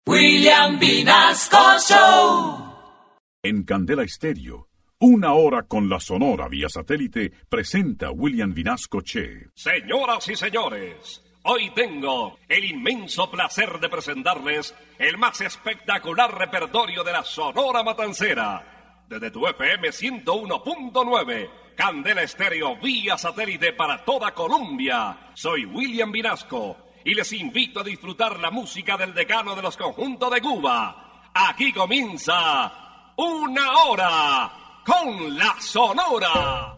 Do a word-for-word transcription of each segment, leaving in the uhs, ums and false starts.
William Vinasco Show. En Candela Estéreo, una hora con la Sonora vía satélite, presenta William Vinasco Che. Señoras y señores, hoy tengo el inmenso placer de presentarles el más espectacular repertorio de la Sonora Matancera. Desde tu F M ciento uno punto nueve, Candela Estéreo vía satélite para toda Colombia. Soy William Vinasco y les invito a disfrutar la música del decano de los conjuntos de Cuba. Aquí comienza Una Hora con la Sonora.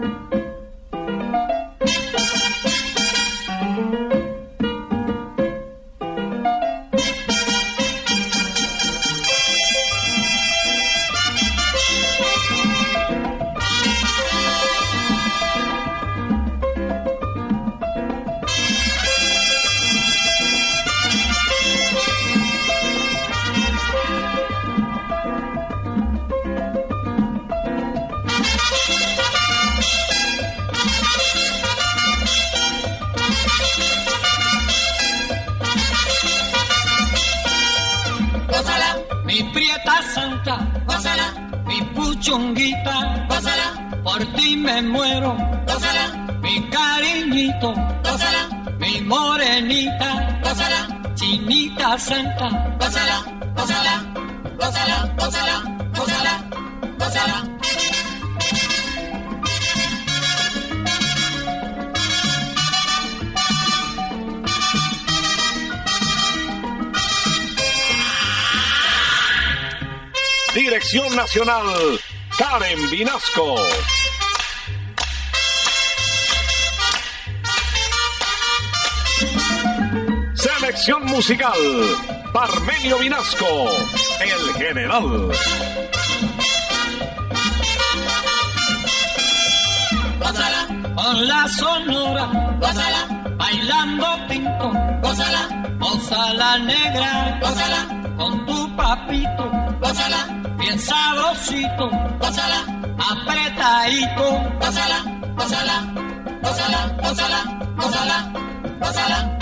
Mi prieta santa, gózala, mi puchunguita, gózala, por ti me muero, gózala, mi cariñito, gózala, mi morenita, gózala, chinita santa, gózala, gózala, gózala, gózala, gózala, gózala. Dirección Nacional, Karen Vinasco. Selección musical, Parmenio Vinasco, el general. Gózala, con la Sonora, gózala, bailando pinto, gózala, gózala negra, gózala, con tu papito, gózala, bien sabrosito, gózala, apretadito, gózala, gózala, gózala, gózala, gózala, gózala.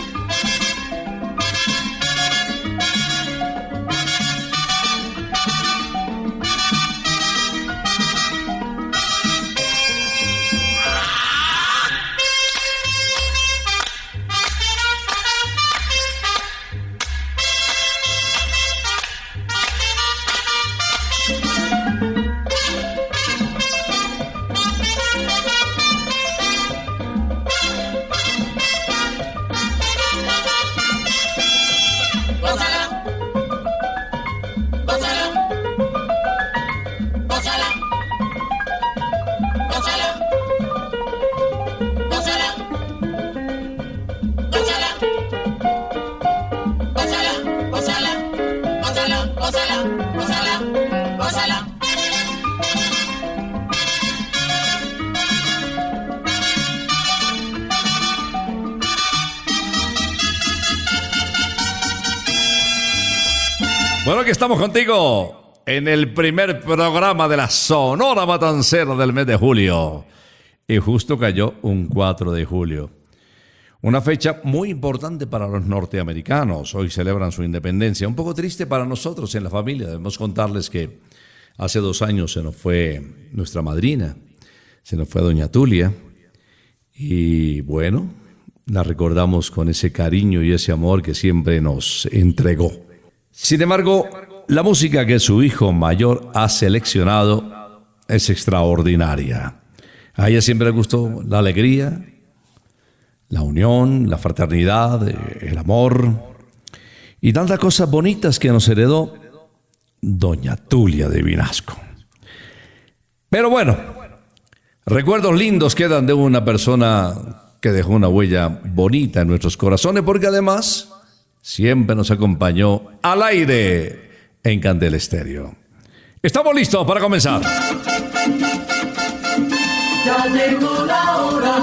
Bueno, que estamos contigo en el primer programa de la Sonora Matancera del mes de julio. Y justo cayó un cuatro de julio. Una fecha muy importante para los norteamericanos. Hoy celebran su independencia. Un poco triste para nosotros en la familia. Debemos contarles que hace dos años se nos fue nuestra madrina. Se nos fue doña Tulia. Y bueno, la recordamos con ese cariño y ese amor que siempre nos entregó. Sin embargo, la música que su hijo mayor ha seleccionado es extraordinaria. A ella siempre le gustó la alegría, la unión, la fraternidad, el amor y tantas cosas bonitas que nos heredó doña Tulia de Vinasco. Pero bueno, recuerdos lindos quedan de una persona que dejó una huella bonita en nuestros corazones, porque además siempre nos acompañó al aire en Candela Estéreo. Estamos listos para comenzar. Ya llegó la hora.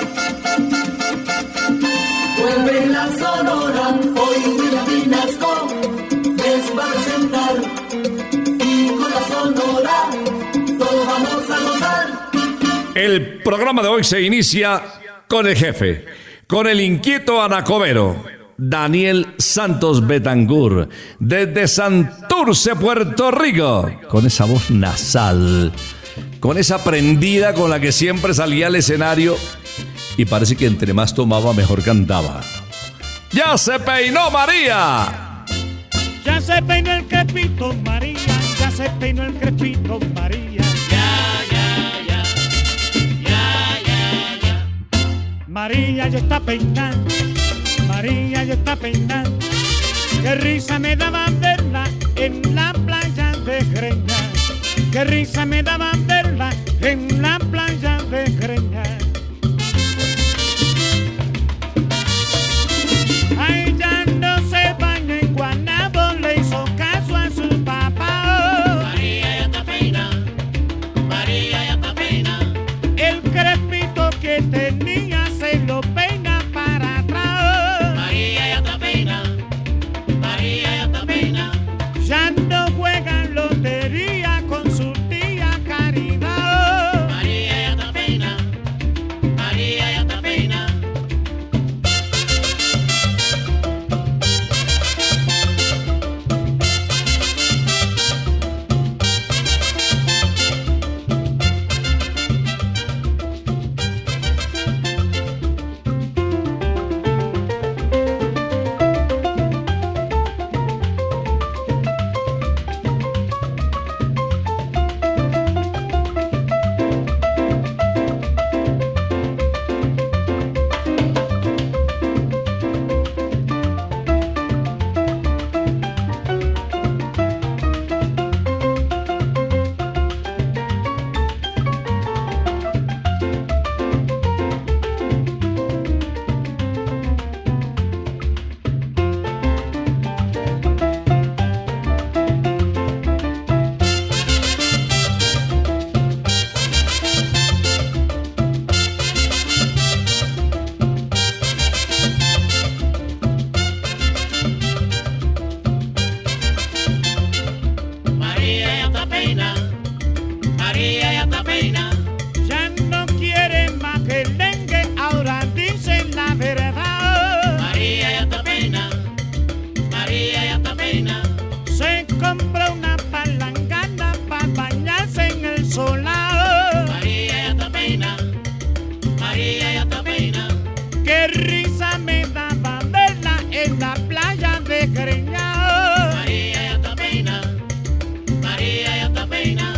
Vuelve la Sonora. Hoy William Vinasco les va a presentar. Y con la Sonora todos vamos a gozar. El programa de hoy se inicia con el jefe, con el inquieto Anacobero. Daniel Santos Betancourt, desde Santurce, Puerto Rico, con esa voz nasal, con esa prendida con la que siempre salía al escenario y parece que entre más tomaba mejor cantaba. ¡Ya se peinó María! Ya se peinó el crespito María, ya se peinó el crespito María. Ya, ya, ya, ya, ya, ya. María ya está peinando, María ya está peinando. Qué risa me daba verla en la playa de Greña. Qué risa me daba verla en la playa de Greña. Ay, ya no se baña en Guanabo, le hizo caso a su papá. María ya está peina, María ya está peina. El crespito que tenía se lo peina para atrás. María ya está peina, María ya está peina. Ya no juega lotería con su tía Caridad. María ya está peina, María ya está peina. María ya está peina, María ya está peina. Ya no quiere más que dengue, ahora dicen la verdad. María ya está peina, María ya está peina. Se compró una palangana para bañarse en el solar. María ya está peina, María ya está peina. Qué risa me daba verla en la playa de Greña. María ya está peina, María ya está peina.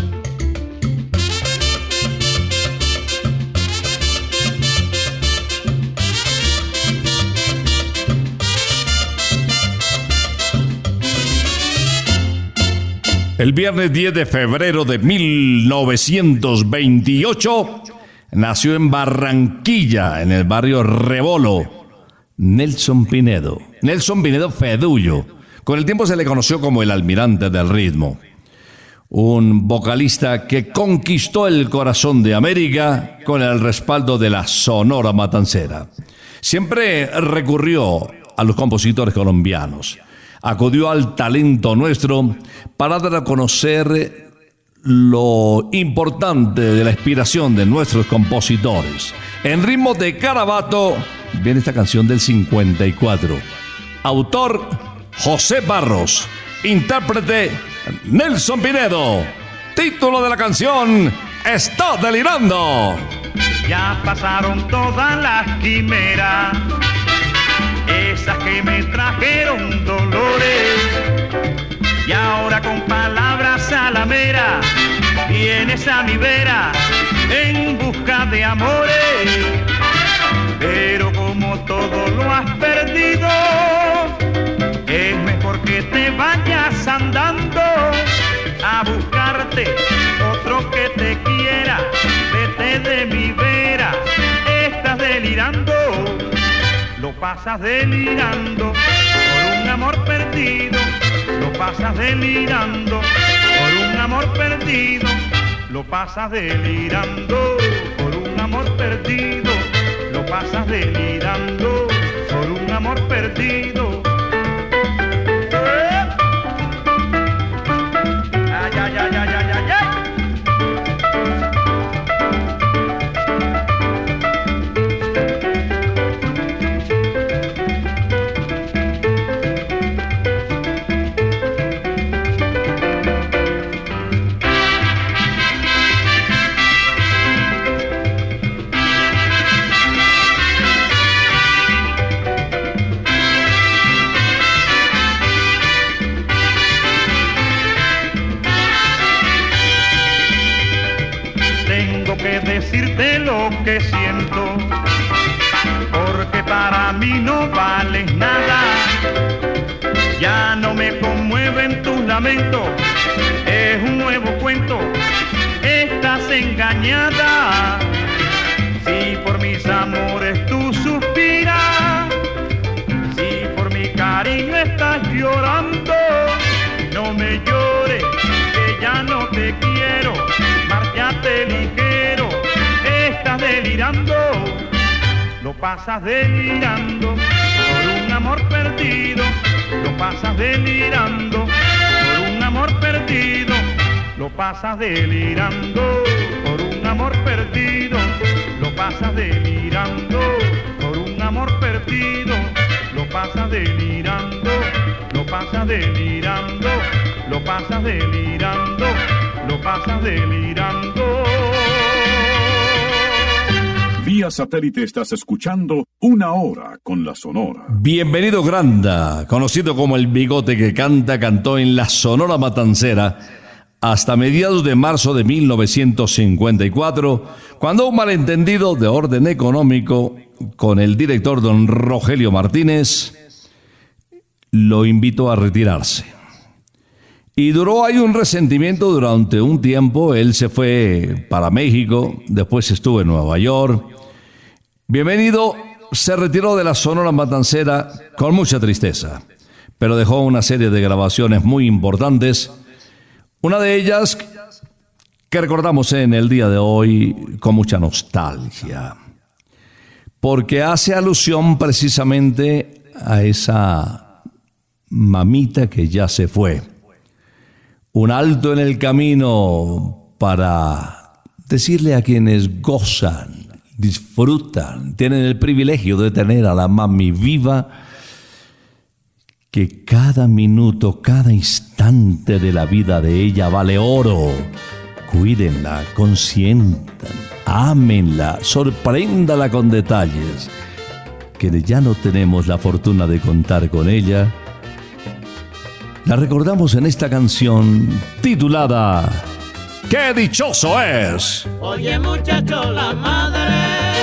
El viernes diez de febrero de mil novecientos veintiocho nació en Barranquilla, en el barrio Rebolo, Nelson Pinedo. Nelson Pinedo Fedullo. Con el tiempo se le conoció como el almirante del ritmo. Un vocalista que conquistó el corazón de América con el respaldo de la Sonora Matancera. Siempre recurrió a los compositores colombianos. Acudió al talento nuestro para dar a conocer lo importante de la inspiración de nuestros compositores. En ritmo de carabato viene esta canción del cincuenta y cuatro. Autor José Barros. Intérprete Nelson Pinedo. Título de la canción: Está delirando. Ya pasaron todas las quimeras, esas que me trajeron dolores, y ahora con palabras salameras vienes a mi vera en busca de amores. Pero como todo lo has perdido, es mejor que te vayas andando a buscarte otro que te quiera. Vete de mi vera, estás delirando, lo pasas delirando por un amor perdido, lo pasas delirando por un amor perdido, lo pasas delirando por un amor perdido, lo pasas delirando por un amor perdido. Ay, ay, ay, ay, ay, ay, ay. que siento, porque para mí no vales nada. Ya no me conmueven tus lamentos, es un nuevo cuento, estás engañada. Si por mis amores tú suspiras, si por mi cariño estás llorando, no me llores, que ya no te quiero, márchate ligero, estás delirando, lo pasas delirando por un amor perdido, lo pasas delirando por un amor perdido, lo pasas delirando por un amor perdido, lo pasas delirando por un amor perdido, lo pasas delirando, lo pasas delirando, lo pasas delirando, lo pasas delirando. Vía satélite estás escuchando Una Hora con la Sonora. Bienvenido Granda, conocido como el bigote que canta, cantó en la Sonora Matancera hasta mediados de marzo de mil novecientos cincuenta y cuatro, cuando un malentendido de orden económico con el director don Rogelio Martínez lo invitó a retirarse. Y duró ahí un resentimiento durante un tiempo. Él se fue para México, después estuvo en Nueva York. Bienvenido se retiró de la Sonora Matancera con mucha tristeza, pero dejó una serie de grabaciones muy importantes. Una de ellas que recordamos en el día de hoy con mucha nostalgia, porque hace alusión precisamente a esa mamita que ya se fue. Un alto en el camino para decirle a quienes gozan, disfrutan, tienen el privilegio de tener a la mami viva, que cada minuto, cada instante de la vida de ella vale oro. Cuídenla, consientan, ámenla, sorpréndala con detalles. Que ya no tenemos la fortuna de contar con ella, la recordamos en esta canción titulada ¡Qué dichoso es! Oye muchacho, la madre,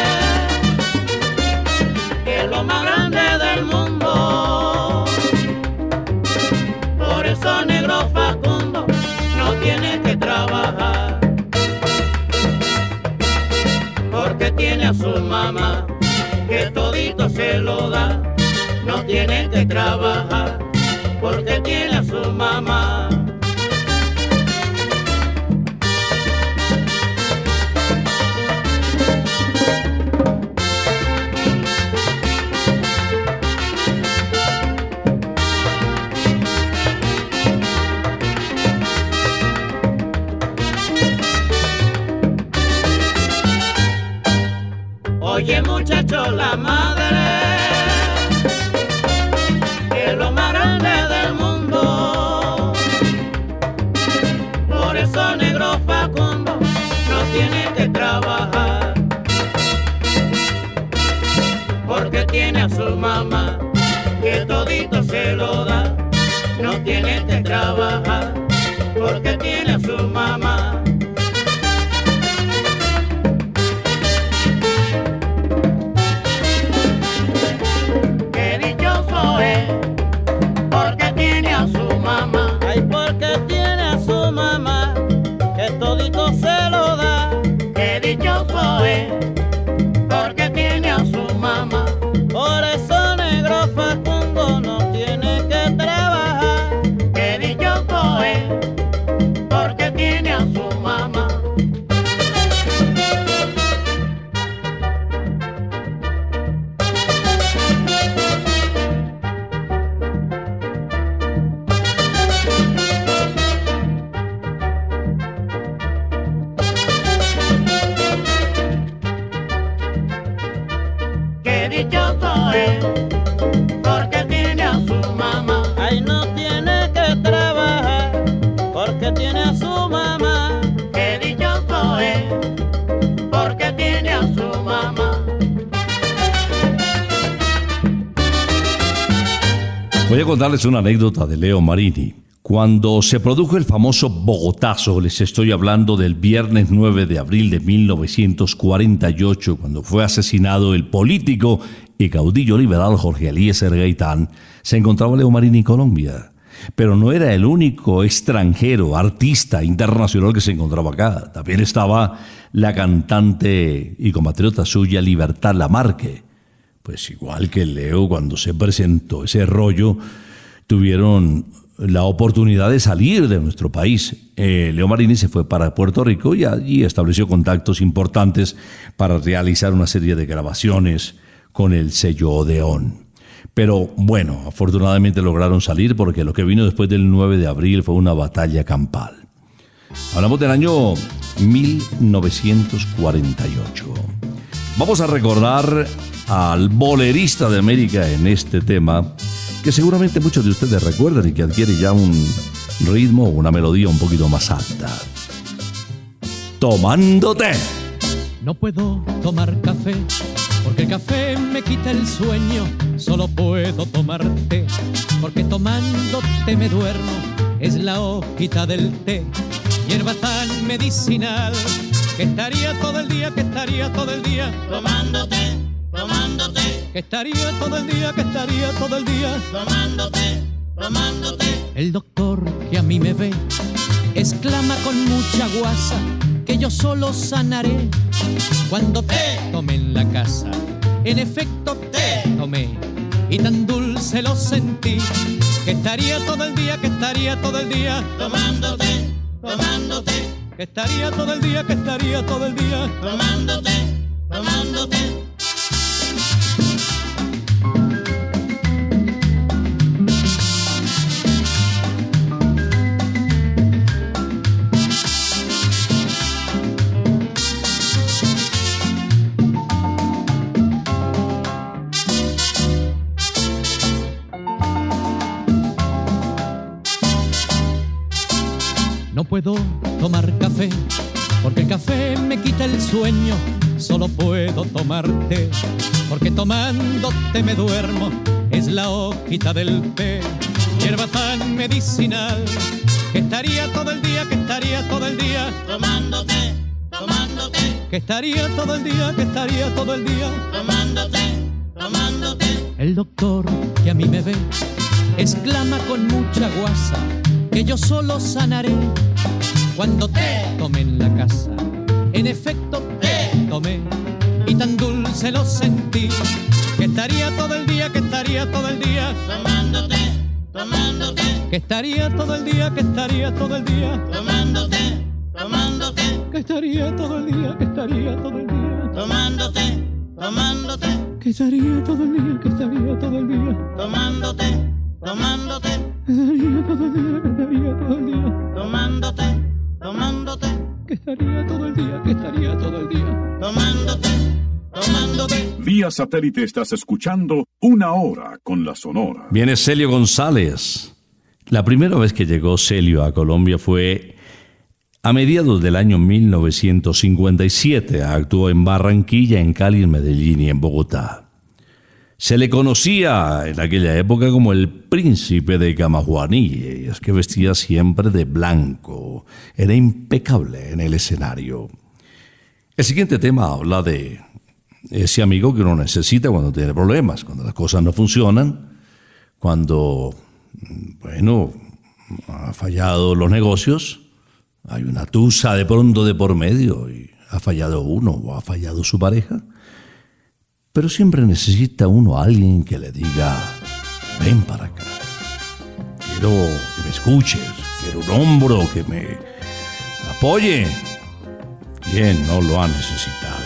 que es lo más grande del mundo. Por eso negro Facundo no tiene que trabajar, porque tiene a su mamá, que todito se lo da. No tiene que trabajar, porque tiene a su mamá. Oye muchacho, la madre, que es lo más grande del mundo. Por eso negro Facundo no tiene que trabajar, porque tiene a su mamá, que todito se lo da. No tiene que trabajar, porque tiene a su mamá. Porque tiene a su mamá, ay, porque tiene a su mamá, que todito se lo da. Qué dichoso es, porque tiene a su mamá. Por eso negro Facundo no tiene que trabajar. Qué dichoso es, porque tiene a su mamá. Dichoso es, porque tiene a su mamá. Ay, no tiene que trabajar, porque tiene a su mamá. Qué dichoso es, porque tiene a su mamá. Voy a contarles una anécdota de Leo Marini. Cuando se produjo el famoso Bogotazo, les estoy hablando del viernes nueve de abril de mil novecientos cuarenta y ocho, cuando fue asesinado el político y caudillo liberal Jorge Eliezer Gaitán, se encontraba Leo Marini en Colombia. Pero no era el único extranjero, artista internacional que se encontraba acá. También estaba la cantante y compatriota suya Libertad Lamarque. Pues igual que Leo, cuando se presentó ese rollo, tuvieron la oportunidad de salir de nuestro país. Eh, Leo Marini se fue para Puerto Rico y allí estableció contactos importantes para realizar una serie de grabaciones con el sello Odeón. Pero bueno, afortunadamente lograron salir porque lo que vino después del nueve de abril fue una batalla campal. Hablamos del año mil novecientos cuarenta y ocho. Vamos a recordar al bolerista de América en este tema, que seguramente muchos de ustedes recuerdan y que adquiere ya un ritmo o una melodía un poquito más alta. Tomándote. No puedo tomar café porque el café me quita el sueño. Solo puedo tomar té porque tomándote me duermo. Es la hojita del té, hierba tan medicinal, que estaría todo el día, que estaría todo el día tomándote, tomándote, que estaría todo el día, que estaría todo el día tomándote, tomándote. El doctor que a mí me ve exclama con mucha guasa que yo solo sanaré cuando te tomé en la casa. En efecto te tomé y tan dulce lo sentí, que estaría todo el día, que estaría todo el día tomándote, tomándote, que estaría todo el día, que estaría todo el día tomándote, tomándote. No puedo tomar café porque el café me quita el sueño. Solo puedo tomar té porque tomándote me duermo. Es la hojita del té, hierba tan medicinal, que estaría todo el día, que estaría todo el día tomándote, tomándote, que estaría todo el día, que estaría todo el día tomándote, tomándote. El doctor que a mí me ve exclama con mucha guasa que yo solo sanaré cuando te tomé en la casa. En efecto te tomé y tan dulce lo sentí, que estaría todo el día, que estaría todo el día tomándote, tomándote, que estaría todo el día, que estaría todo el día tomándote, tomándote, que estaría todo el día, que estaría todo el día tomándote, tomándote, que estaría todo el día, que estaría todo el día tomándote, tomándote, que estaría todo el día, que estaría todo el día tomándote, tomándote, que estaría todo el día, que estaría todo el día tomándote, tomándote. Vía satélite estás escuchando Una Hora con la Sonora. Viene Celio González. La primera vez que llegó Celio a Colombia fue a mediados del año mil novecientos cincuenta y siete. Actuó en Barranquilla, en Cali, en Medellín y en Bogotá. Se le conocía en aquella época como el príncipe de Camajuaní, y es que vestía siempre de blanco. Era impecable en el escenario. El siguiente tema habla de ese amigo que uno necesita cuando tiene problemas, cuando las cosas no funcionan, cuando, bueno, ha fallado los negocios, hay una tusa de pronto de por medio y ha fallado uno o ha fallado su pareja. Pero siempre necesita uno a alguien que le diga, ven para acá, quiero que me escuches, quiero un hombro que me apoye. ¿Quién no lo ha necesitado?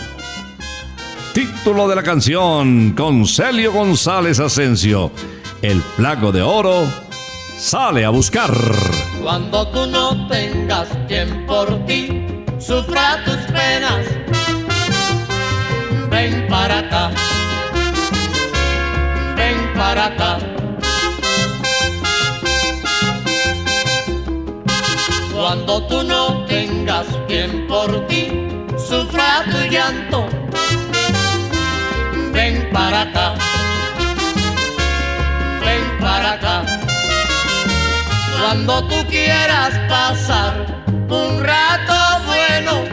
Título de la canción con Celio González Asensio, el flaco de oro sale a buscar. Cuando tú no tengas quien por ti sufra tus penas, ven para acá, ven para acá. Cuando tú no tengas quien por ti sufra tu llanto, ven para acá, ven para acá. Cuando tú quieras pasar un rato bueno,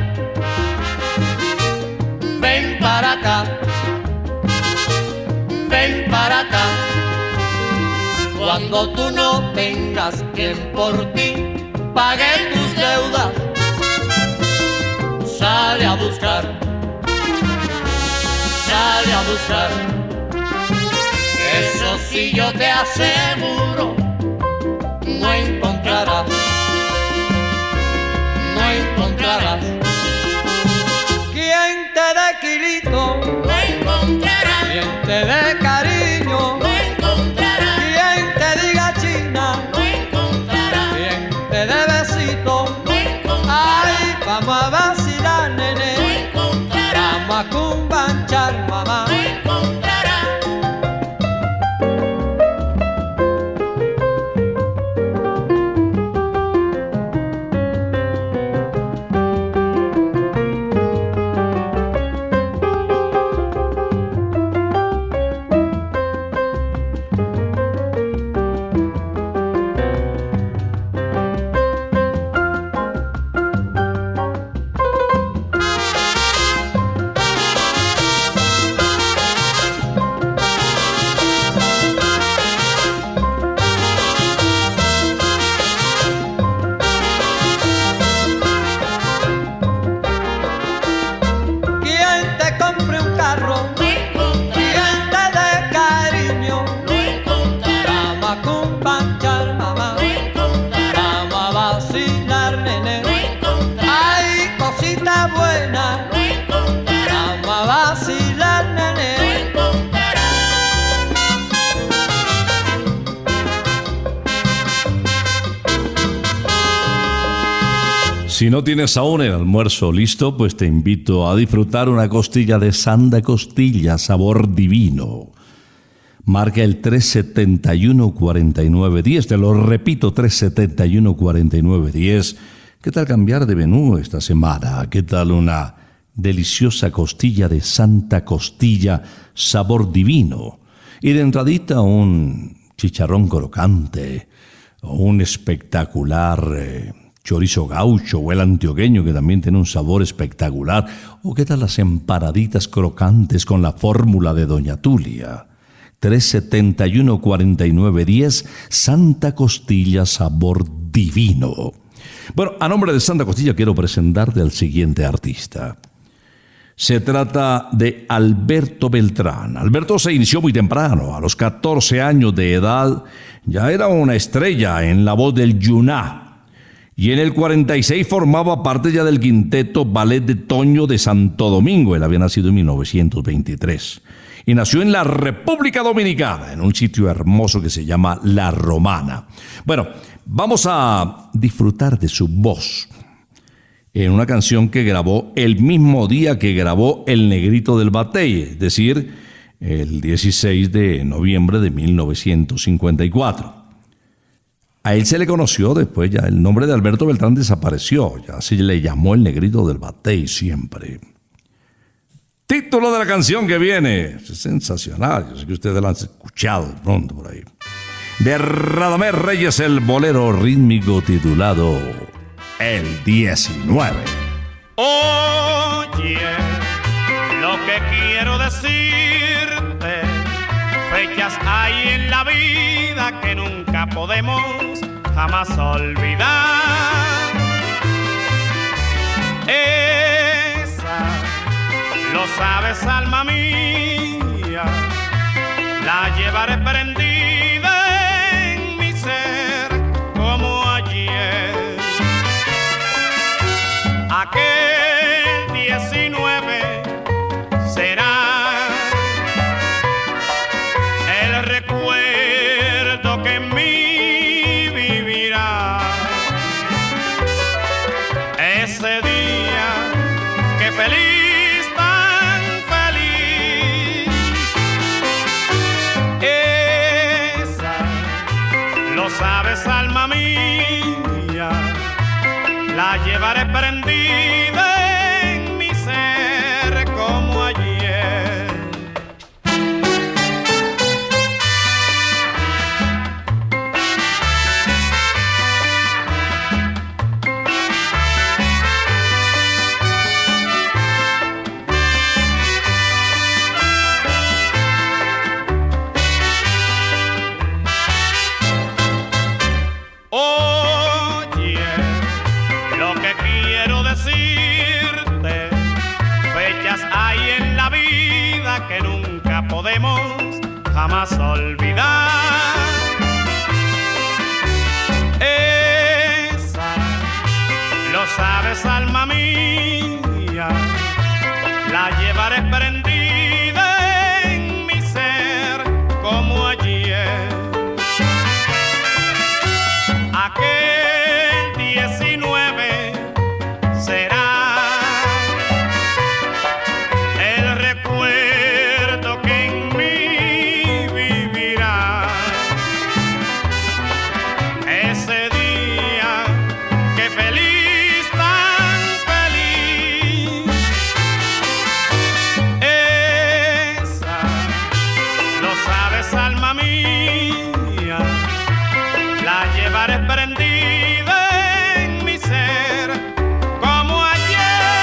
ven para acá, ven para acá. Cuando tú no tengas quien por ti pague tus deudas, sale a buscar, sale a buscar. Eso sí yo te aseguro, no encontrarás, no encontrarás quien te dé kilito, no encontrarás quien te dé cariño, no encontrarás quien te diga china, no encontrarás quien te dé besito, no encontrarás. Ay, vamos a vacilar, nene, no encontrarás. Vamos a cumbanchar, mamá, no encontrarás. Si no tienes aún el almuerzo listo, pues te invito a disfrutar una costilla de Santa Costilla, sabor divino. Marca el tres setenta y uno cuarenta y nueve diez, te lo repito, tres setenta y uno cuarenta y nueve diez. ¿Qué tal cambiar de menú esta semana? ¿Qué tal una deliciosa costilla de Santa Costilla, sabor divino? Y de entradita un chicharrón crocante, o un espectacular Eh, chorizo gaucho o el antioqueño, que también tiene un sabor espectacular. ¿O qué tal las empanaditas crocantes con la fórmula de Doña Tulia? tres setenta y uno cuarenta y nueve diez, Santa Costilla, sabor divino. Bueno, a nombre de Santa Costilla quiero presentarte al siguiente artista. Se trata de Alberto Beltrán. Alberto se inició muy temprano, a los catorce años de edad. Ya era una estrella en La Voz del Yuná. Y en el cuarenta y seis formaba parte ya del quinteto Ballet de Toño de Santo Domingo. Él había nacido en mil novecientos veintitrés. Y nació en la República Dominicana, en un sitio hermoso que se llama La Romana. Bueno, vamos a disfrutar de su voz en una canción que grabó el mismo día que grabó El Negrito del Batey, es decir, el dieciséis de noviembre de mil novecientos cincuenta y cuatro. A él se le conoció después, ya el nombre de Alberto Beltrán desapareció, ya se le llamó El Negrito del Batey siempre. Título de la canción que viene, es sensacional, yo sé que ustedes la han escuchado de pronto por ahí. De Radamés Reyes, el bolero rítmico titulado El diecinueve. Oye, lo que quiero decirte, fechas hay en la vida que nunca podemos jamás olvidar. Esa, lo sabes, alma mía, la llevaré prendida en mi ser como ayer. Aquel diecinueve será el recuerdo que en mí vivirá. Ese día que feliz, tan feliz, esa, lo sabes, alma mía, la llevaré prendida en mi ser como ayer. jamás olvidar. Esa, lo sabes, alma mía, la llevaré prendida en mi ser como ayer. Aquel diecinueve será el recuerdo que en mí vivirá. Ese día que feliz, tan feliz. Esa, lo sabes, alma mía, la llevaré prendida en mi ser como ayer.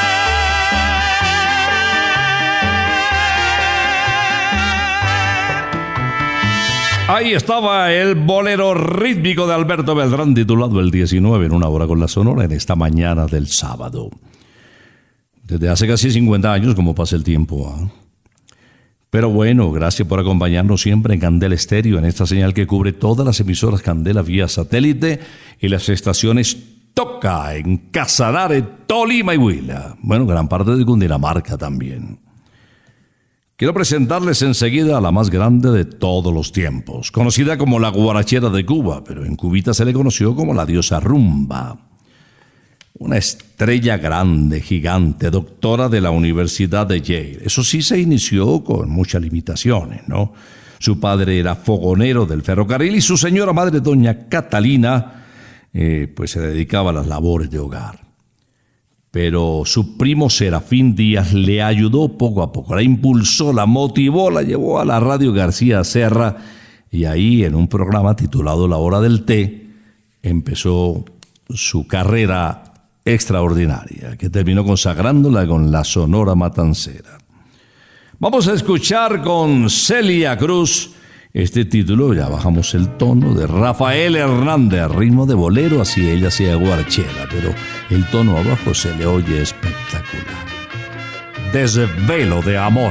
Ahí estaba el bolero rítmico de Alberto Beltrán titulado El diecinueve en una hora con la Sonora en esta mañana del sábado. Desde hace casi cincuenta años, como pasa el tiempo, ¿eh? Pero bueno, gracias por acompañarnos siempre en Candela Estéreo, en esta señal que cubre todas las emisoras Candela vía satélite y las estaciones Toca en Casanare, Tolima y Huila. Bueno, gran parte de Cundinamarca también. Quiero presentarles enseguida a la más grande de todos los tiempos, conocida como la guarachera de Cuba, pero en Cubita se le conoció como la diosa rumba. Una estrella grande, gigante, doctora de la Universidad de Yale. Eso sí, se inició con muchas limitaciones, ¿no? Su padre era fogonero del ferrocarril y su señora madre, doña Catalina, eh, pues se dedicaba a las labores de hogar. Pero su primo Serafín Díaz le ayudó poco a poco, la impulsó, la motivó, la llevó a la radio García Serra y ahí, en un programa titulado La Hora del Té, empezó su carrera extraordinaria, que terminó consagrándola con la Sonora Matancera. Vamos a escuchar con Celia Cruz este título, ya bajamos el tono, de Rafael Hernández, ritmo de bolero, así ella sea guarachera, pero el tono abajo se le oye espectacular. Desvelo de amor.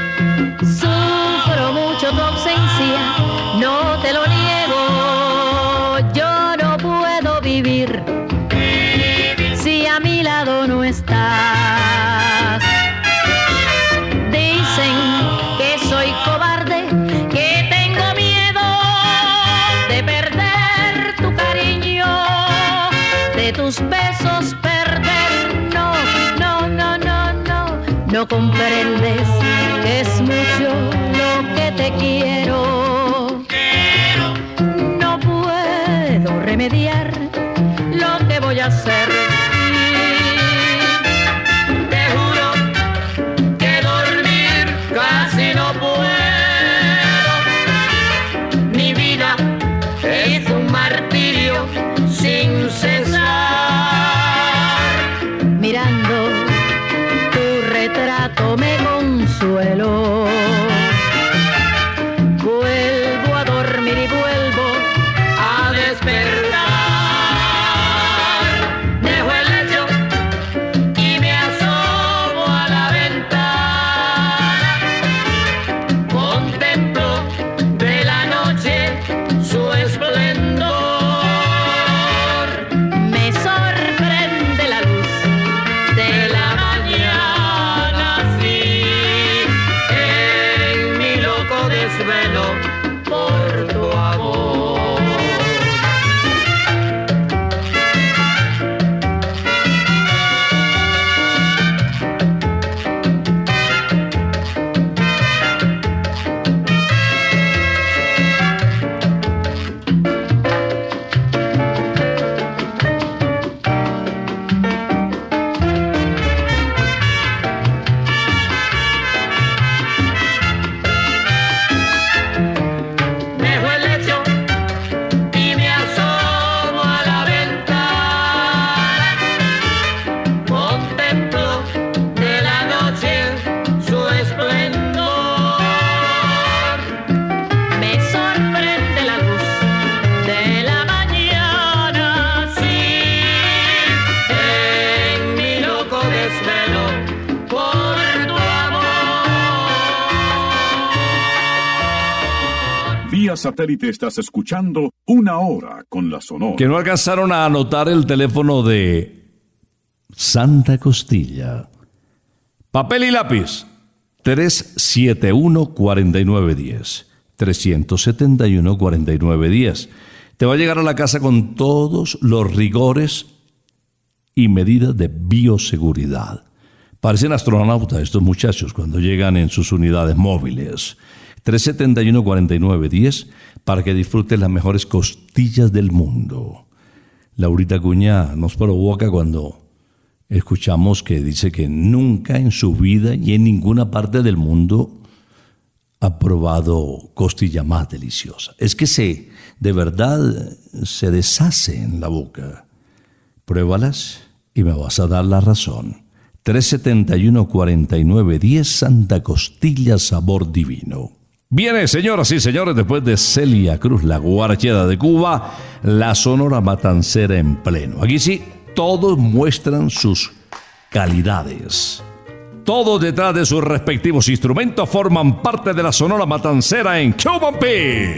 Sufro mucho tu ausencia, no te lo niego, yo no puedo vivir si a mi lado no estás. Dicen que soy cobarde, que tengo miedo de perder tu cariño, de tus besos perder. No, no, no, no, no, no comprendes que es mucho lo que te quiero. No puedo remediar lo que voy a hacer. Sin cesar, mirando tu retrato me consuelo. Vuelvo a dormir y vuelvo a despertar. Dejo Vía satélite estás escuchando Una Hora con la Sonora. Que no alcanzaron a anotar el teléfono de Santa Costilla. Papel y lápiz. tres siete uno, cuatro nueve uno cero. tres siete uno, cuatro nueve uno cero. Te va a llegar a la casa con todos los rigores y medidas de bioseguridad. Parecen astronautas estos muchachos cuando llegan en sus unidades móviles. tres siete uno, cuatro nueve uno cero para que disfrutes las mejores costillas del mundo. Laurita Cuña nos provoca cuando escuchamos que dice que nunca en su vida y en ninguna parte del mundo ha probado costilla más deliciosa. Es que se, de verdad, se deshace en la boca. Pruébalas y me vas a dar la razón. tres siete uno, cuatro nueve uno cero, Santa Costilla, sabor divino. Viene, señoras y señores, después de Celia Cruz, la guarachera de Cuba, la Sonora Matancera en pleno. Aquí sí, todos muestran sus calidades. Todos detrás de sus respectivos instrumentos forman parte de la Sonora Matancera en Cuban P.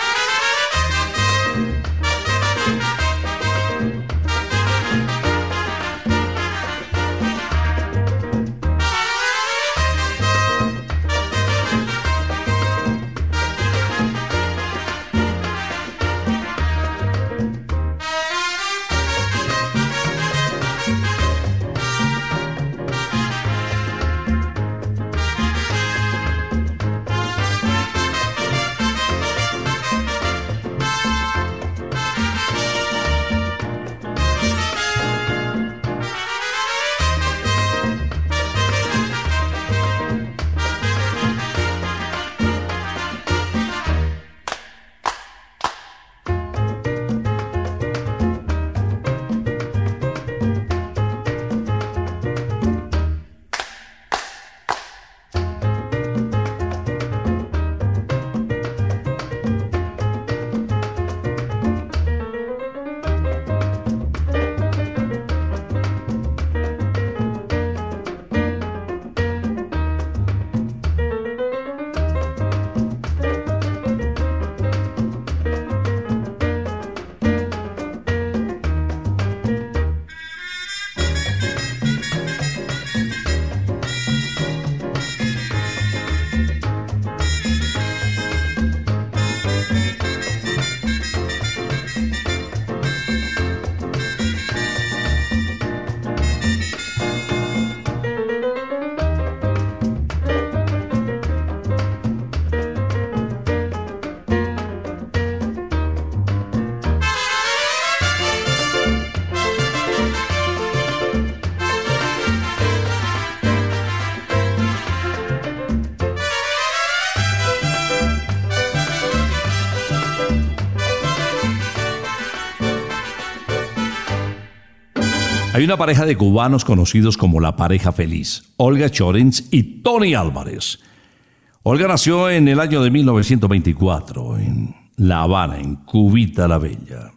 Hay una pareja de cubanos conocidos como la pareja feliz, Olga Chorens y Tony Álvarez. Olga nació en el año de mil novecientos veinticuatro en La Habana, en Cubita la Bella.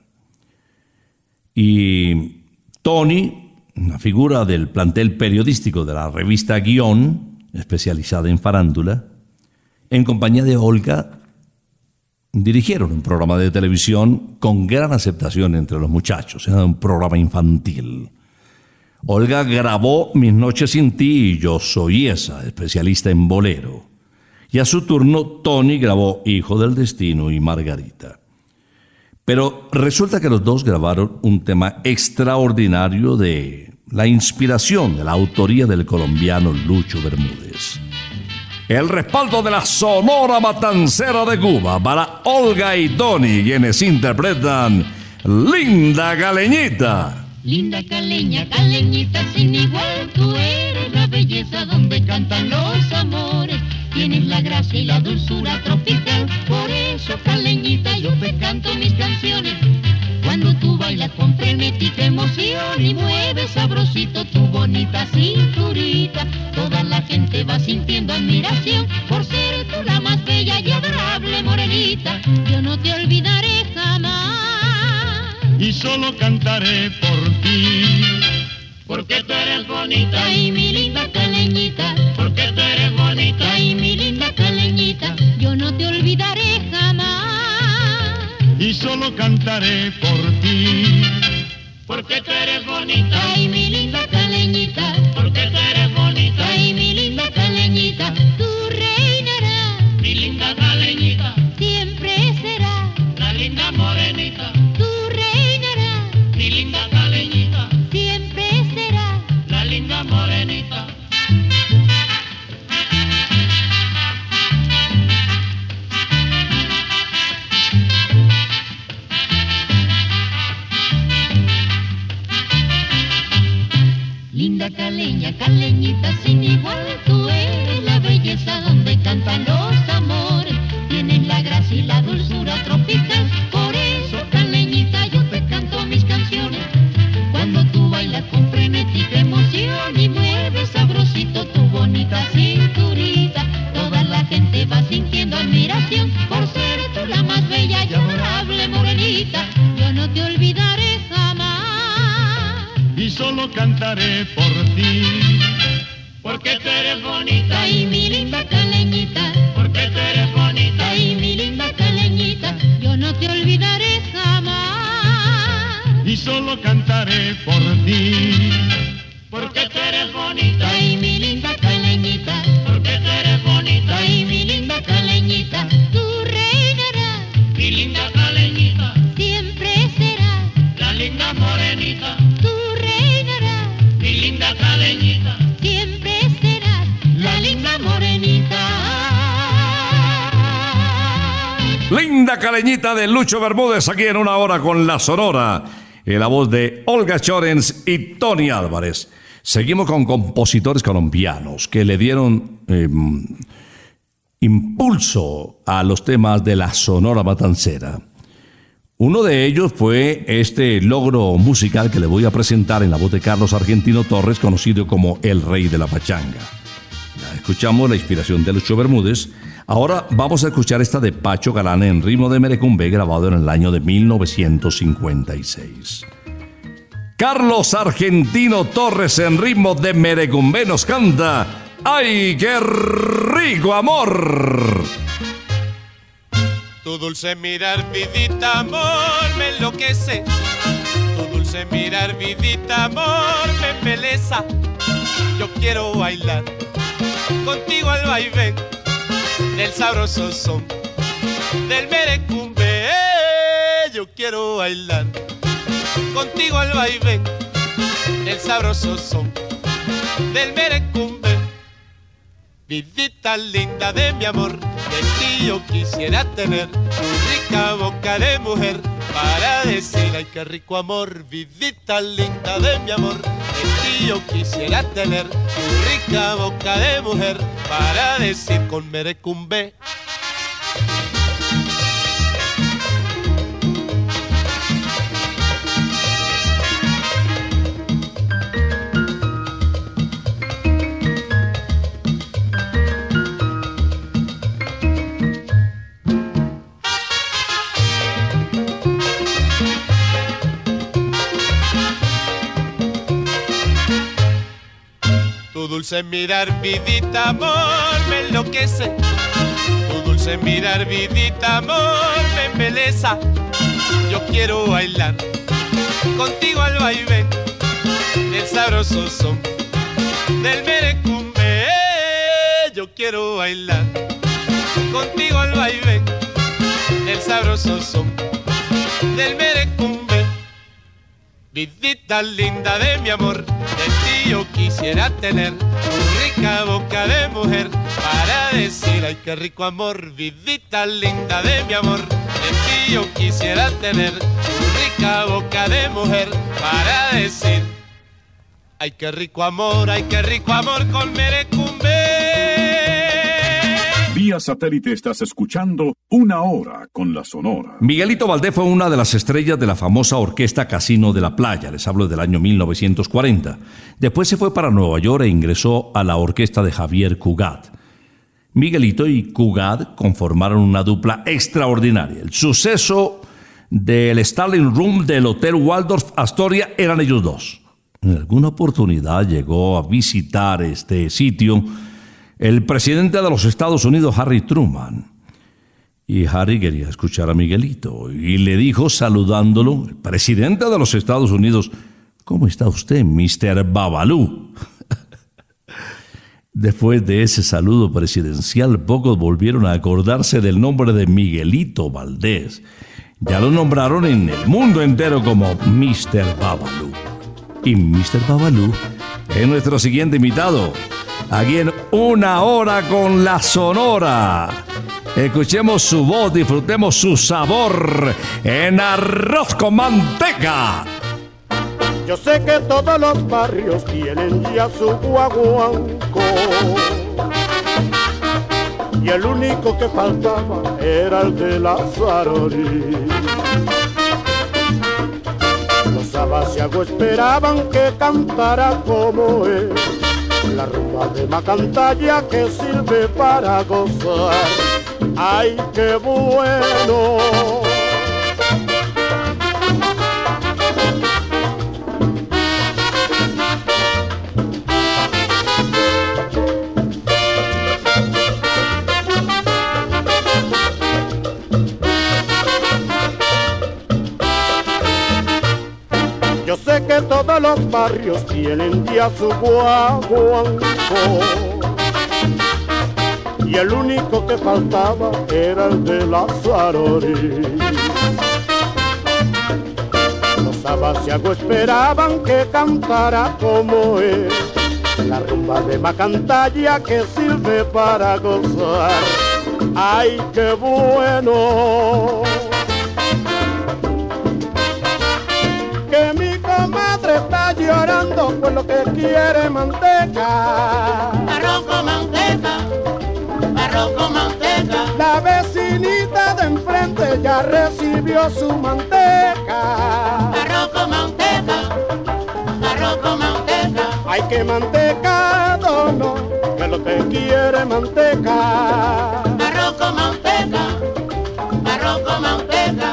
Y Tony, una figura del plantel periodístico de la revista Guión, especializada en farándula, en compañía de Olga, dirigieron un programa de televisión con gran aceptación entre los muchachos. Era un programa infantil. Olga grabó Mis noches sin ti y Yo soy esa, especialista en bolero. Y a su turno, Tony grabó Hijo del Destino y Margarita. Pero resulta que los dos grabaron un tema extraordinario de la inspiración, de la autoría del colombiano Lucho Bermúdez. El respaldo de la Sonora Matancera de Cuba para Olga y Tony, quienes interpretan Linda Caleñita. Linda caleña, caleñita sin igual, tú eres la belleza donde cantan los amores. Tienes la gracia y la dulzura tropical, por eso caleñita yo te canto mis canciones. Cuando tú bailas con frenética emoción y mueves sabrosito tu bonita cinturita, toda la gente va sintiendo admiración por ser tú la más bella y adorable morenita. Yo no te olvidaré jamás y solo cantaré por ti, porque tú eres bonita y mi linda caleñita, porque tú eres bonita y mi linda caleñita. Yo no te olvidaré jamás y solo cantaré por ti. Porque tú eres bonita, ay mi linda caleñita, porque tú eres bonita, ay mi linda caleñita, tú reinarás, mi linda caleñita, siempre será, la linda morenita, tú reinarás, mi linda caleñita, siempre será, la linda morenita. Linda caleña, caleñita sin igual, tú eres la belleza donde cantan los amores, tienes la gracia y la dulzura tropical, por eso caleñita yo te canto mis canciones, cuando tú bailas con frenética emoción y mueves sabrosito tu bonita cinturita, toda la gente va sintiendo admiración, por ser tú la más bella y adorable morenita, yo no te olvidaré jamás. Y solo cantaré por ti. Porque tú eres bonita y mi linda caleñita. Porque tú eres bonita y mi linda caleñita. Yo no te olvidaré jamás. Y solo cantaré por ti. Porque tú eres bonita y mi linda caleñita. Porque tú eres bonita y mi linda caleñita. Tú reinarás, mi linda caleñita. Siempre serás, la linda morenita. Mi linda caleñita, siempre serás la linda morenita. Linda caleñita de Lucho Bermúdez, aquí en Una Hora con la Sonora, en la voz de Olga Chorens y Tony Álvarez. Seguimos con compositores colombianos que le dieron eh, impulso a los temas de la Sonora Matancera. Uno de ellos fue este logro musical que le voy a presentar en la voz de Carlos Argentino Torres, conocido como el Rey de la Pachanga. Ya escuchamos la inspiración de Lucho Bermúdez. Ahora vamos a escuchar esta de Pacho Galán en ritmo de merecumbe, grabado en el año de mil novecientos cincuenta y seis. Carlos Argentino Torres en ritmo de merecumbe nos canta ¡Ay, qué rico amor! Tu dulce mirar, vidita, amor, me enloquece. Tu dulce mirar, vidita, amor, me embeleza. Yo quiero bailar contigo al vaivén del sabroso son del merecumbe. Yo quiero bailar contigo al vaivén del sabroso son del merecumbe. Vidita linda de mi amor, de ti yo quisiera tener tu rica boca de mujer para decir ay qué rico amor. Vidita linda de mi amor, de ti yo quisiera tener tu rica boca de mujer para decir con merecumbe. Tu dulce mirar, vidita, amor, me enloquece. Tu dulce mirar, vidita, amor, me embeleza. Yo quiero bailar contigo al vaivén del sabroso son del merecumbe. Yo quiero bailar contigo al vaivén del sabroso son del merecumbe. Vidita linda de mi amor, de ti yo quisiera tener tu rica boca de mujer para decir ay qué rico amor. Vidita linda de mi amor, de ti yo quisiera tener tu rica boca de mujer para decir ay qué rico amor, ay qué rico amor con merecumbe. Vía satélite estás escuchando Una Hora con la Sonora. Miguelito Valdés fue una de las estrellas de la famosa orquesta Casino de la Playa, les hablo del año mil novecientos cuarenta. Después se fue para Nueva York e ingresó a la orquesta de Javier Cugat. Miguelito y Cugat conformaron una dupla extraordinaria. El suceso del Starling Room del Hotel Waldorf Astoria eran ellos dos. En alguna oportunidad llegó a visitar este sitio el presidente de los Estados Unidos, Harry Truman, Y Harry quería escuchar a Miguelito y le dijo, saludándolo, el presidente de los Estados Unidos: ¿cómo está usted, mister Babalú? Después de ese saludo presidencial, pocos volvieron a acordarse del nombre de Miguelito Valdés. Ya lo nombraron en el mundo entero como mister Babalú. Y mister Babalú es nuestro siguiente invitado, aquí en Una Hora con la Sonora. Escuchemos su voz, disfrutemos su sabor en Arroz con Manteca. Yo sé que todos los barrios tienen ya su guaguanco, y el único que faltaba era el de Lazarorí. Los abasiagos esperaban que cantara como él, la rumba de Macantalla que sirve para gozar. ¡Ay, qué bueno! Yo sé que todos los barrios tienen ya su guaguanco, y el único que faltaba era el de Lazarorí. Los abasiagos esperaban que cantara como él, la rumba de Macantalla que sirve para gozar. ¡Ay, qué bueno! Que mi comadre está llorando por lo que quiere manteca. Arroz con manteca, arroz con manteca. La vecinita de enfrente ya recibió su manteca. Arroz con manteca, arroz con manteca. Ay, que mantecado no, que lo que quiere manteca. Arroz con manteca, arroz con manteca.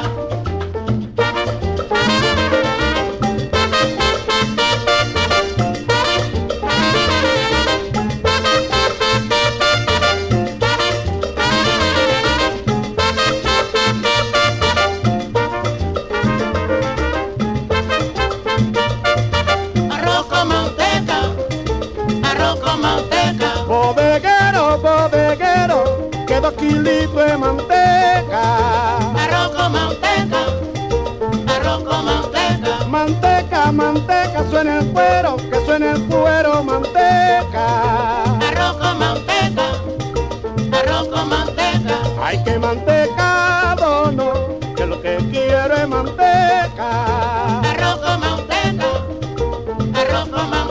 Bodeguero, bodeguero, que dos kilitos de manteca. Arroz con manteca, arroz con manteca. Manteca, manteca, suena el cuero, que suena el cuero, manteca. Arroz con manteca, arroz con manteca. Ay, que mantecado no, que lo que quiero es manteca. Arroz con manteca, arroz con manteca.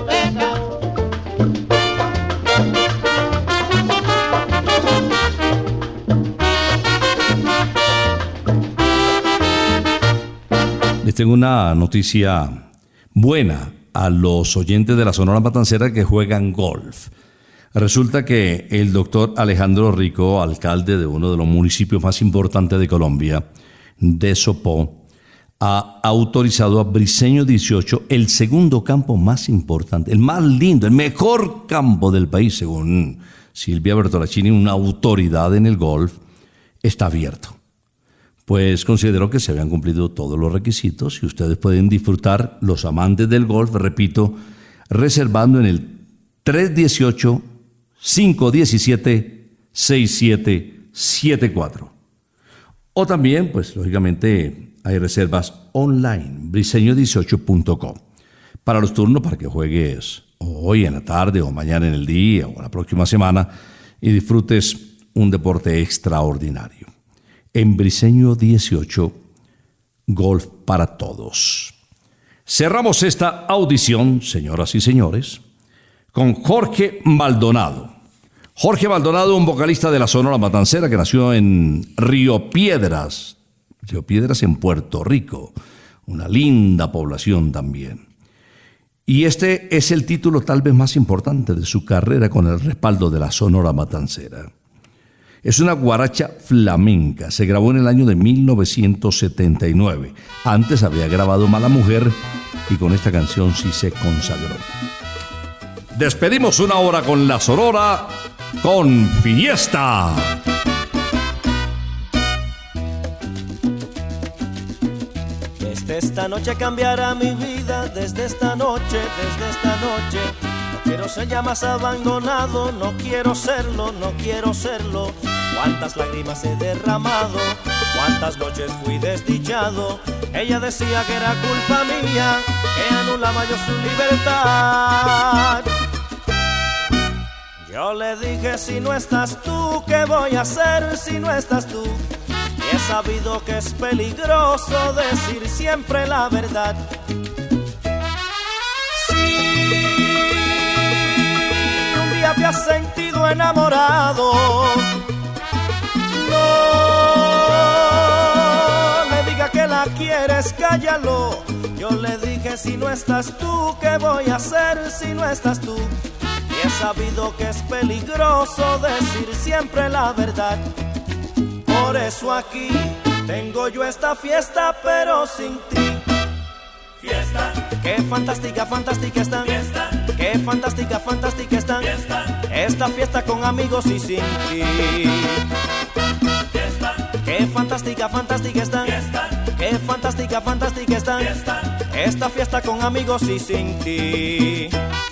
Les tengo una noticia buena a los oyentes de la Sonora Matancera que juegan golf. Resulta que el doctor Alejandro Rico, alcalde de uno de los municipios más importantes de Colombia, de Sopó, ha autorizado a Briceño dieciocho, el segundo campo más importante, el más lindo, el mejor campo del país, según Silvia Bertolacini, una autoridad en el golf, está abierto. Pues consideró que se habían cumplido todos los requisitos y ustedes pueden disfrutar, los amantes del golf, repito, reservando en el tres uno ocho, cinco uno siete, seis siete siete cuatro. O también, pues lógicamente, hay reservas online, briceño dieciocho punto com. Para los turnos, para que juegues hoy en la tarde o mañana en el día o la próxima semana y disfrutes un deporte extraordinario. En Briceño dieciocho, golf para todos. Cerramos esta audición, señoras y señores, con Jorge Maldonado. Jorge Maldonado, un vocalista de la Sonora Matancera que nació en Río Piedras, Río Piedras en Puerto Rico, una linda población también. Y este es el título tal vez más importante de su carrera con el respaldo de la Sonora Matancera. Es una guaracha flamenca, se grabó en el año de mil novecientos setenta y nueve. Antes había grabado Mala Mujer y con esta canción sí se consagró. Despedimos una hora con la Sonora con Fiesta. esta noche cambiará mi vida, desde esta noche, desde esta noche. No quiero ser ya más abandonado, no quiero serlo, no quiero serlo. Cuántas lágrimas he derramado, cuántas noches fui desdichado. Ella decía que era culpa mía, que anulaba yo su libertad. Yo le dije, si no estás tú, ¿qué voy a hacer si no estás tú? Y he sabido que es peligroso decir siempre la verdad. Si un día te has sentido enamorado, no le diga que la quieres, cállalo. Yo le dije, si no estás tú, ¿qué voy a hacer si no estás tú? Y he sabido que es peligroso decir siempre la verdad. Por eso aquí tengo yo esta fiesta, pero sin ti. Fiesta. Qué fantástica, fantástica están. Fiesta. Qué fantástica, fantástica están. Fiesta. Esta fiesta con amigos y sin ti. Fiesta. Qué fantástica, fantástica están. Fiesta. Qué fantástica, fantástica están. Fiesta. Esta fiesta con amigos y sin ti.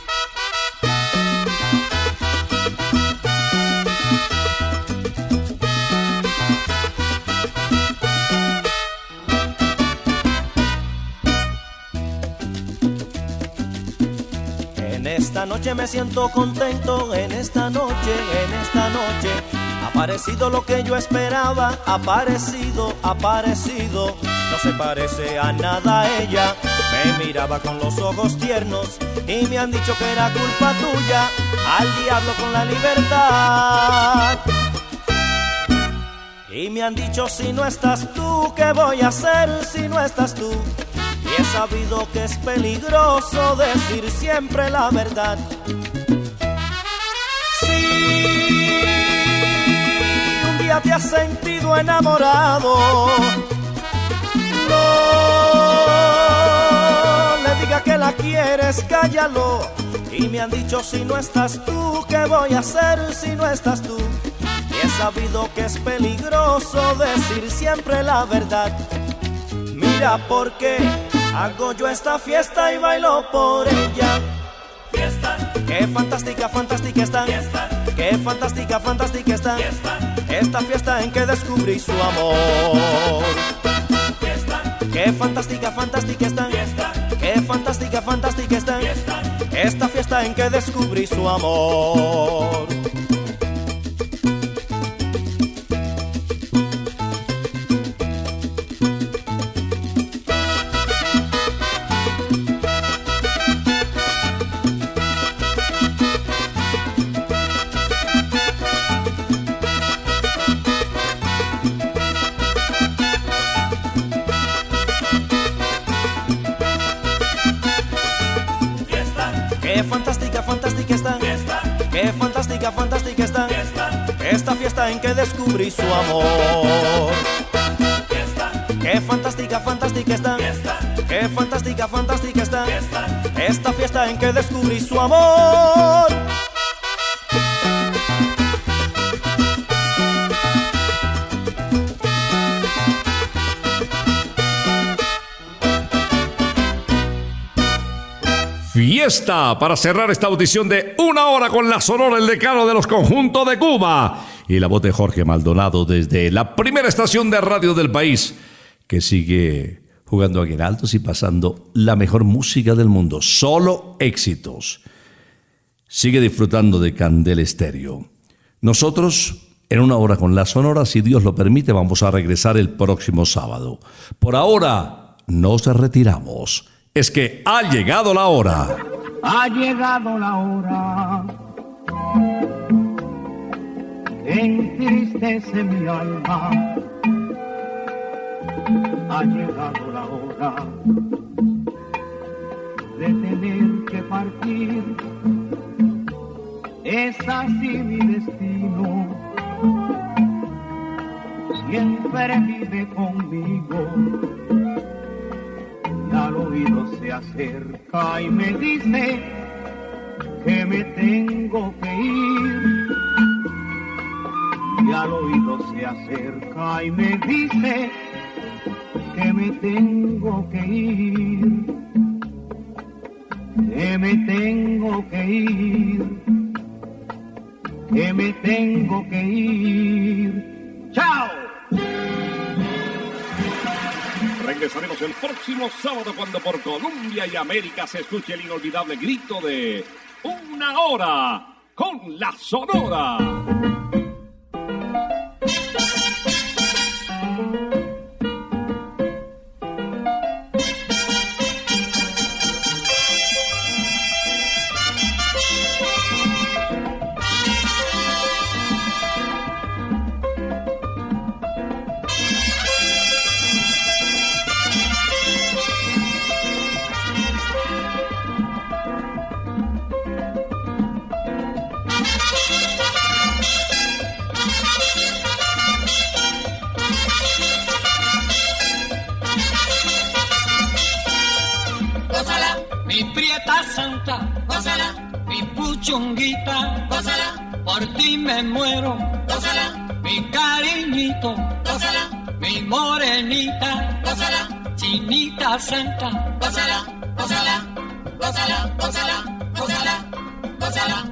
En esta noche me siento contento, en esta noche, en esta noche ha aparecido lo que yo esperaba, ha aparecido, ha aparecido. No se parece a nada ella, me miraba con los ojos tiernos y me han dicho que era culpa tuya, al diablo con la libertad. Y me han dicho, si no estás tú, ¿qué voy a hacer si no estás tú? Y he sabido que es peligroso decir siempre la verdad. Si un día te has sentido enamorado, no le diga que la quieres, cállalo. Y me han dicho, si no estás tú, ¿qué voy a hacer si no estás tú? Y he sabido que es peligroso decir siempre la verdad. Mira por qué hago yo esta fiesta y bailo por ella. Fiesta. Qué fantástica, fantástica están. Fiesta. Qué fantástica, fantástica están. Fiesta. Esta fiesta en que descubrí su amor. Fiesta. Qué fantástica, fantástica están. Fiesta. Qué fantástica, fantástica están. Fiesta. Esta fiesta en que descubrí su amor. Qué fantástica, fantástica están. Fiesta. Qué fantástica, fantástica están. Fiesta. Esta fiesta en que descubrí su amor. Fiesta. Qué fantástica, fantástica están. Fiesta. Qué fantástica, fantástica están. Fiesta. Esta fiesta en que descubrí su amor. Fiesta para cerrar esta audición de Una Hora con la Sonora, el decano de los conjuntos de Cuba. Y la voz de Jorge Maldonado desde la primera estación de radio del país, que sigue jugando aguinaldos y pasando la mejor música del mundo. Solo éxitos. Sigue disfrutando de Candela Estéreo. Nosotros, en Una Hora con la Sonora, si Dios lo permite, vamos a regresar el próximo sábado. Por ahora, nos retiramos. Es que ha llegado la hora. Ha llegado la hora que entristece mi alma. Ha llegado la hora de tener que partir. Es así mi destino. Siempre vive conmigo. Y al oído se acerca y me dice que me tengo que ir. Y al oído se acerca y me dice que me tengo que ir, que me tengo que ir, que me tengo que ir. ¡Chao! Regresaremos el próximo sábado cuando por Colombia y América se escuche el inolvidable grito de Una Hora con la Sonora. Mi prieta santa, gózala, mi puchunguita, gózala, por ti me muero, gózala, mi cariñito, gózala, mi morenita, gózala, chinita santa, gózala, gózala, gózala, gózala, gózala, gózala.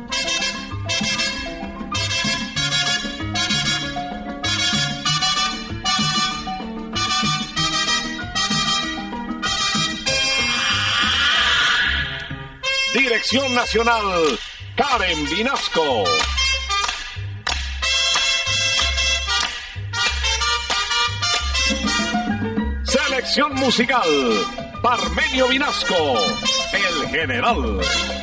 Dirección Nacional, Karen Vinasco. Selección musical, Parmenio Vinasco, el general.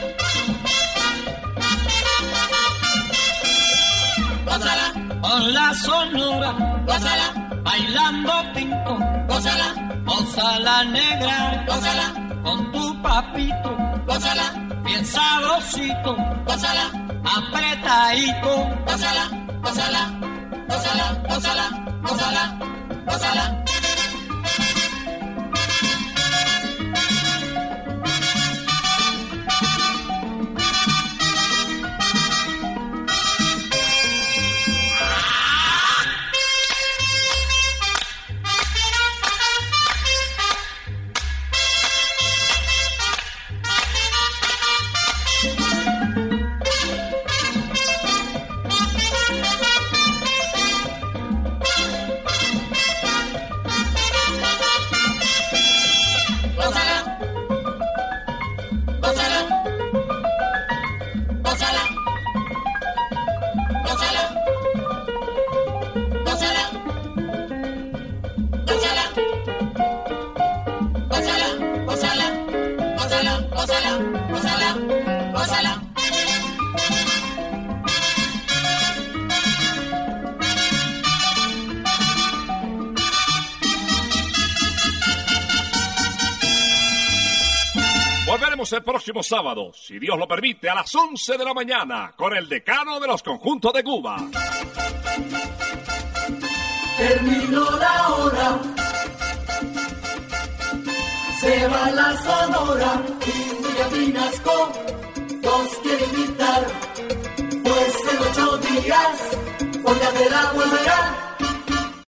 Gózala con la sonora, gózala, bailando pinto, gózala, gózala negra, gózala, con tu papito, gózala, bien sabrosito, gózala, apretadito, gózala, gózala, gózala, gózala, gózala, gózala. Volveremos el próximo sábado, si Dios lo permite, a las once de la mañana, con el decano de los conjuntos de Cuba. Terminó la hora, se va la Sonora y William Vinasco nos quiere invitar, pues en ocho días, por la de la volverá.